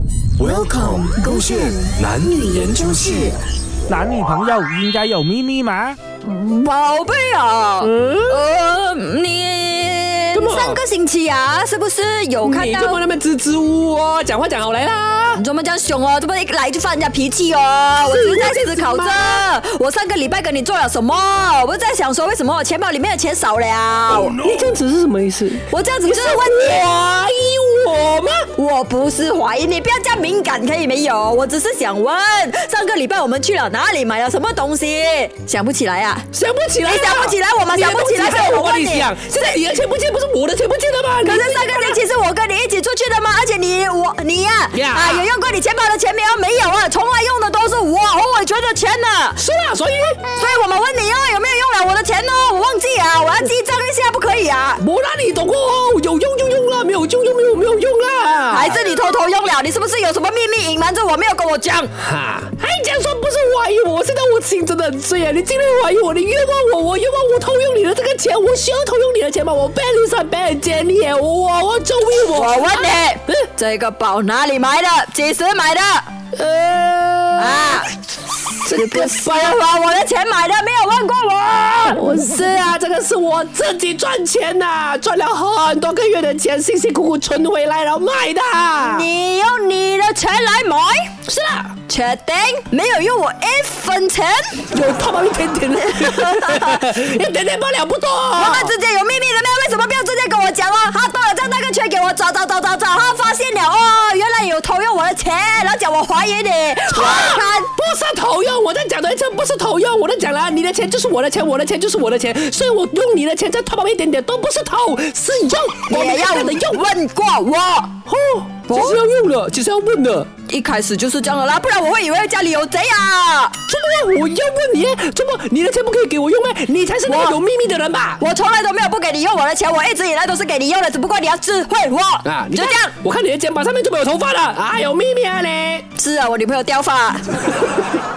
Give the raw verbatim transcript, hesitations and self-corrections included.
Welcome， 勾选男女研究室。 男女朋友应该有秘密吗？ 宝贝啊，嗯、呃，你上个星期啊，是不是有看到？ 你怎么那么支支吾吾哦？讲话讲好来啦！ 你怎么这样凶哦？怎么一来就发人家脾气哦？我只是在思考着，我上个礼拜跟你做了什么？我在想说，为什么我钱包里面的钱少了？ Oh, no. 你这样子是什么意思？ 我这样子就是问你怀疑我吗？ 我不是怀疑你，不要这样敏感，可以没有？我只是想问，上个礼拜我们去了哪里，买了什么东西？想不起来啊？ 想不起来、啊， 你想不起来，我们想不起来，所以我问你。 现在你的钱不见，不是我的钱不见了吗？ 可是上个星期是我跟你一起出去的吗？而且你我你呀、啊 yeah. 啊，有用过你钱包的钱没有？没有啊，从来用的都是我侯伟全的钱呢。 是啊，所以所以我们问你哦，有没有用了我的钱呢？我忘记啊，我要记账一下，不可以啊。 我让你懂过哦，有用就用了，没有用就没有没有用啦。 还是你偷偷用了？你是不是有什么秘密隐瞒着我，没有跟我讲？ 哈，还讲说不是怀疑我，现在我心真的很碎啊！你竟然怀疑我，你冤枉我，我冤枉我偷用你的这个钱，我需要偷用你的钱吗？我被你上被人奸你，我我周围我。 我问你，嗯、这个包哪里买的？几时买的？ 呃啊。 这个是花我的钱买的，没有问过我。 我是啊，这个是我自己赚钱呐，赚了很多个月的钱，辛辛苦苦存回来然后买的。 你用你的钱来买？ 是啊， 确定没有用我一分钱？ 有他妈一点点的，一点点不了不多。 我们之间有秘密的咩？为什么不要直接跟我讲哦？他多了这样大个圈给我找找找找找，他发现了哦，原来有偷用我的钱，然后讲我怀疑你。我看不是偷用，我在讲的一次不是偷用，我在讲了，你的钱就是我的钱，我的钱就是我的钱，所以我用你的钱再偷跑一点点都不是偷，是用。 我也要的用问过我。 哦，其实要用了，其实要问的。 一开始就是这样的啦，不然我会以为家里有贼啊！ 怎么我要问你？怎么你的钱不可以给我用吗？你才是那个有秘密的人吧？ 我从来都没有不给你用我的钱，我一直以来都是给你用的，只不过你要智慧我啊！就这样。 我看你的肩膀上面就没有头发了啊，有秘密啊你！ 是啊，我女朋友掉发。